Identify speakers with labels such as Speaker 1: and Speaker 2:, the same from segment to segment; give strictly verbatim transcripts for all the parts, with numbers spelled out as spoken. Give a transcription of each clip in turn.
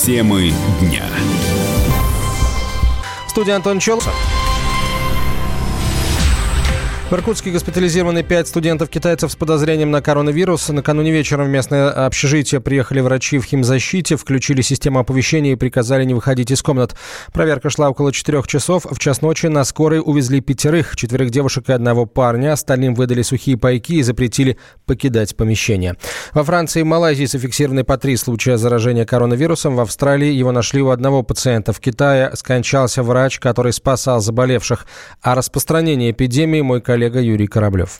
Speaker 1: Темы дня.
Speaker 2: Студия Антон Челсов. В Иркутске госпитализированы пять студентов-китайцев с подозрением на коронавирус. Накануне вечером в местное общежитие приехали врачи в химзащите, включили систему оповещения и приказали не выходить из комнат. Проверка шла около четырех часов. В час ночи на скорой увезли пятерых, четверых девушек и одного парня. Остальным выдали сухие пайки и запретили покидать помещение. Во Франции и Малайзии зафиксированы по три случая заражения коронавирусом. В Австралии его нашли у одного пациента. В Китае скончался врач, который спасал заболевших. О распространении эпидемии мой коллега коллега Юрий Кораблев.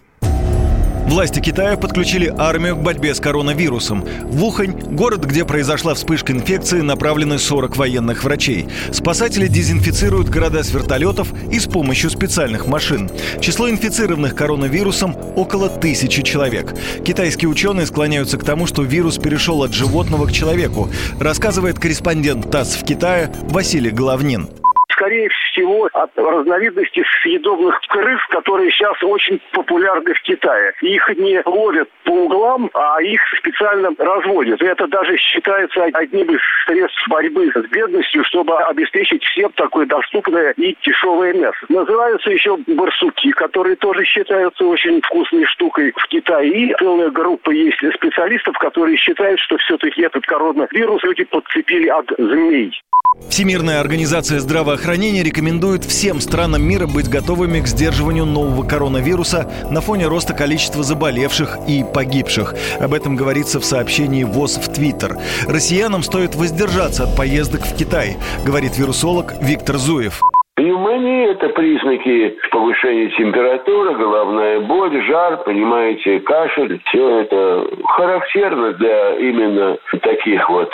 Speaker 3: Власти Китая подключили армию к борьбе с коронавирусом. В Ухань, город, где произошла вспышка инфекции, направлены сорок военных врачей. Спасатели дезинфицируют города с вертолетов и с помощью специальных машин. Число инфицированных коронавирусом около тысячи человек. Китайские ученые склоняются к тому, что вирус перешел от животного к человеку, рассказывает корреспондент ТАСС в Китае Василий Головнин.
Speaker 4: Скорее всего, от разновидности съедобных крыс, которые сейчас очень популярны в Китае. Их не ловят по углам, а их специально разводят. И это даже считается одним из средств борьбы с бедностью, чтобы обеспечить всем такое доступное и дешевое мясо. Называются еще барсуки, которые тоже считаются очень вкусной штукой в Китае. И целая группа есть специалистов, которые считают, что все-таки этот коронавирус люди подцепили от змей.
Speaker 3: Всемирная организация здравоохранения рекомендует всем странам мира быть готовыми к сдерживанию нового коронавируса на фоне роста количества заболевших и погибших. Об этом говорится в сообщении ВОЗ в Твиттер. Россиянам стоит воздержаться от поездок в Китай, говорит вирусолог Виктор Зуев.
Speaker 5: Пневмония – это признаки повышения температуры, головная боль, жар, понимаете, кашель. Все это характерно для именно таких вот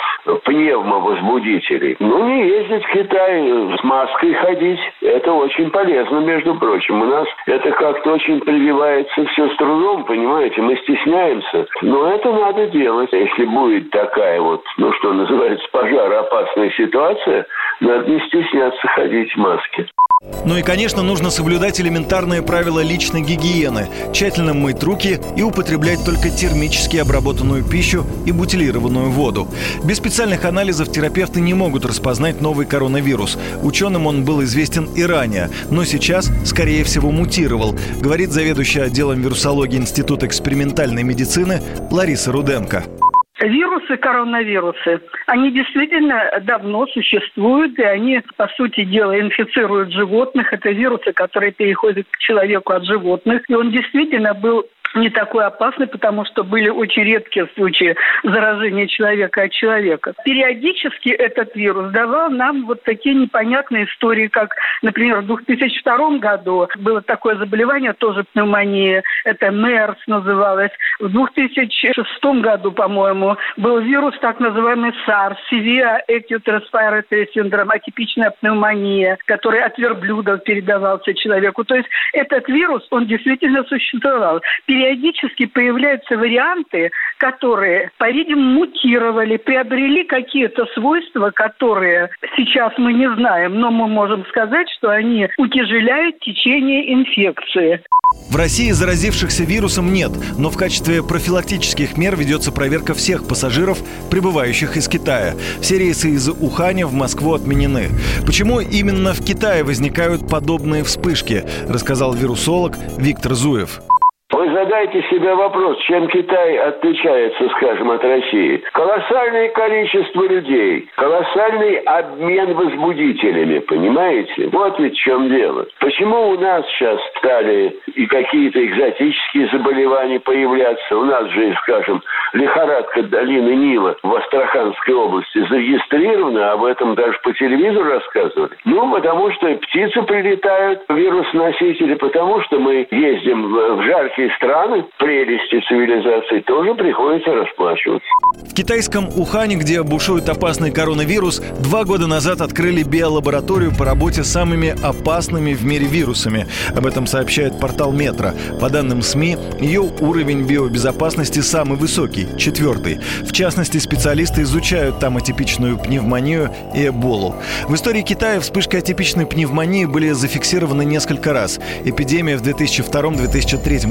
Speaker 5: пневмовозбудителей. Ну, не ездить в Китай, с маской ходить – это очень полезно, между прочим. У нас это как-то очень прививается все с трудом, понимаете, мы стесняемся. Но это надо делать. Если будет такая вот, ну, что называется, пожароопасная ситуация, надо не стесняться ходить в маске.
Speaker 3: Ну и, конечно, нужно соблюдать элементарные правила личной гигиены, тщательно мыть руки и употреблять только термически обработанную пищу и бутилированную воду. Без специальных анализов терапевты не могут распознать новый коронавирус. Ученым он был известен и ранее, но сейчас, скорее всего, мутировал, говорит заведующая отделом вирусологии Института экспериментальной медицины Лариса Руденко.
Speaker 6: Вирусы, коронавирусы, они действительно давно существуют, и они, по сути дела, инфицируют животных. Это вирусы, которые переходят к человеку от животных. И он действительно был не такой опасный, потому что были очень редкие случаи заражения человека от человека. Периодически этот вирус давал нам вот такие непонятные истории, как, например, в две тысячи втором году было такое заболевание, тоже пневмония, это мерс называлось. В две тысячи шестом году, по-моему, был вирус, так называемый SARS, Severe Acute Respiratory Syndrome, атипичная пневмония, который от верблюдов передавался человеку. То есть этот вирус, он действительно существовал. Периодически появляются варианты, которые, по-видимому, мутировали, приобрели какие-то свойства, которые сейчас мы не знаем, но мы можем сказать, что они утяжеляют течение инфекции.
Speaker 3: В России заразившихся вирусом нет, но в качестве профилактических мер ведется проверка всех пассажиров, прибывающих из Китая. Все рейсы из Уханя в Москву отменены. Почему именно в Китае возникают подобные вспышки, рассказал вирусолог Виктор Зуев.
Speaker 5: Вы задайте себе вопрос, чем Китай отличается, скажем, от России. Колоссальное количество людей, колоссальный обмен возбудителями, понимаете? Вот ведь в чем дело. Почему у нас сейчас стали и какие-то экзотические заболевания появляться? У нас же, скажем, лихорадка долины Нила в Астраханской области зарегистрирована, об этом даже по телевизору рассказывали. Ну, потому что птицы прилетают, вирус-носители, потому что мы ездим в жаркие страны, прелести цивилизации тоже приходится расплачиваться.
Speaker 3: В китайском Ухане, где бушует опасный коронавирус, два года назад открыли биолабораторию по работе с самыми опасными в мире вирусами. Об этом сообщает портал Метро. По данным СМИ, ее уровень биобезопасности самый высокий, четвертый. В частности, специалисты изучают там атипичную пневмонию и эболу. В истории Китая вспышки атипичной пневмонии были зафиксированы несколько раз. Эпидемия в две тысячи втором - две тысячи третьем годах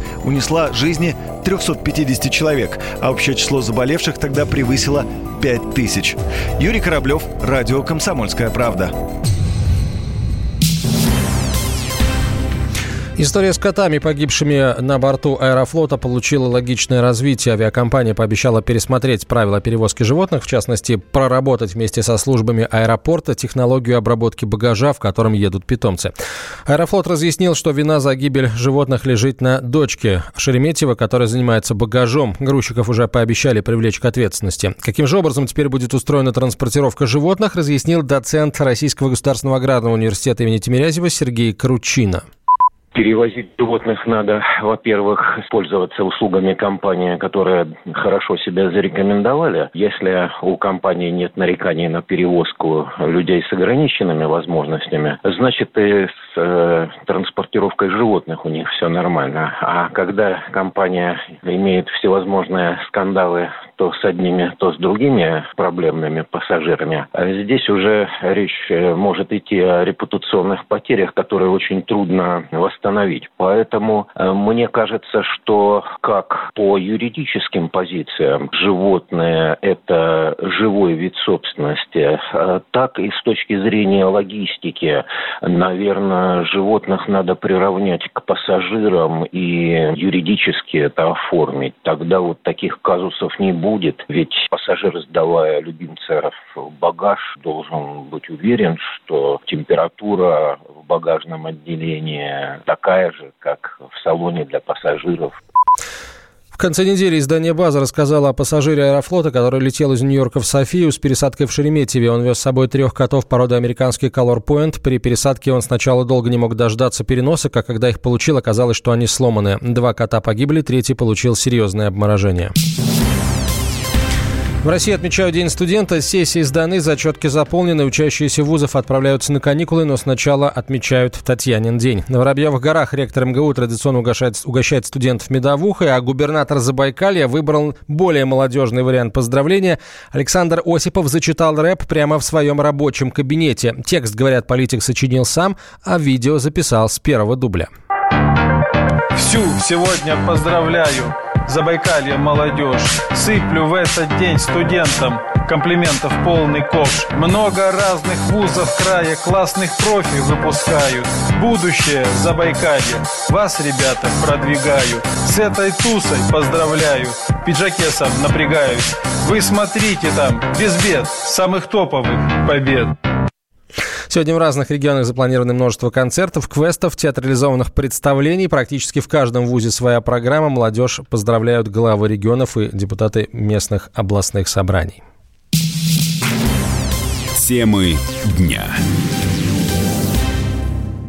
Speaker 3: унесла жизни трехсот пятидесяти человек, а общее число заболевших тогда превысило пять тысяч. Юрий Кораблев, радио «Комсомольская правда».
Speaker 2: История с котами, погибшими на борту Аэрофлота, получила логичное развитие. Авиакомпания пообещала пересмотреть правила перевозки животных, в частности, проработать вместе со службами аэропорта технологию обработки багажа, в котором едут питомцы. Аэрофлот разъяснил, что вина за гибель животных лежит на дочке Шереметьево, которая занимается багажом. Грузчиков уже пообещали привлечь к ответственности. Каким же образом теперь будет устроена транспортировка животных, разъяснил доцент Российского государственного аграрного университета имени Тимирязева Сергей Кручина.
Speaker 1: Перевозить животных надо, во-первых, пользоваться услугами компании, которые хорошо себя зарекомендовали. Если у компании нет нареканий на перевозку людей с ограниченными возможностями, значит и с э, транспортировкой животных у них все нормально. А когда компания имеет всевозможные скандалы то с одними, то с другими проблемными пассажирами, здесь уже речь может идти о репутационных потерях, которые очень трудно восстановить. Поэтому э, мне кажется, что как по юридическим позициям животные – это живой вид собственности, э, так и с точки зрения логистики, наверное, животных надо приравнять к пассажирам и юридически это оформить. Тогда вот таких казусов не будет, ведь пассажир, сдавая любимца в багаж, должен быть уверен, что температура в багажном отделении такая же, как в салоне для пассажиров.
Speaker 2: В конце недели издание «База» рассказало о пассажире Аэрофлота, который летел из Нью-Йорка в Софию с пересадкой в Шереметьеве. Он вез с собой трех котов породы американский Color Point. При пересадке он сначала долго не мог дождаться переносок, а когда их получил, оказалось, что они сломаны. Два кота погибли, третий получил серьезное обморожение. В России отмечают День студента. Сессии сданы, зачетки заполнены. Учащиеся вузов отправляются на каникулы, но сначала отмечают Татьянин день. На Воробьевых горах ректор эм гэ у традиционно угощает, угощает студентов медовухой, а губернатор Забайкалья выбрал более молодежный вариант поздравления. Александр Осипов зачитал рэп прямо в своем рабочем кабинете. Текст, говорят, политик сочинил сам, а видео записал с первого дубля.
Speaker 7: Всю сегодня поздравляю, Забайкалье молодежь. Сыплю в этот день студентам комплиментов полный ковш. Много разных вузов края классных профи выпускают. Будущее Забайкалье, вас, ребята, продвигаю. С этой тусой поздравляю, в пиджаке сам напрягаюсь. Вы смотрите там, без бед, самых топовых побед.
Speaker 2: Сегодня в разных регионах запланировано множество концертов, квестов, театрализованных представлений. Практически в каждом вузе своя программа. Молодежь поздравляют главы регионов и депутаты местных областных собраний.
Speaker 8: Темы дня.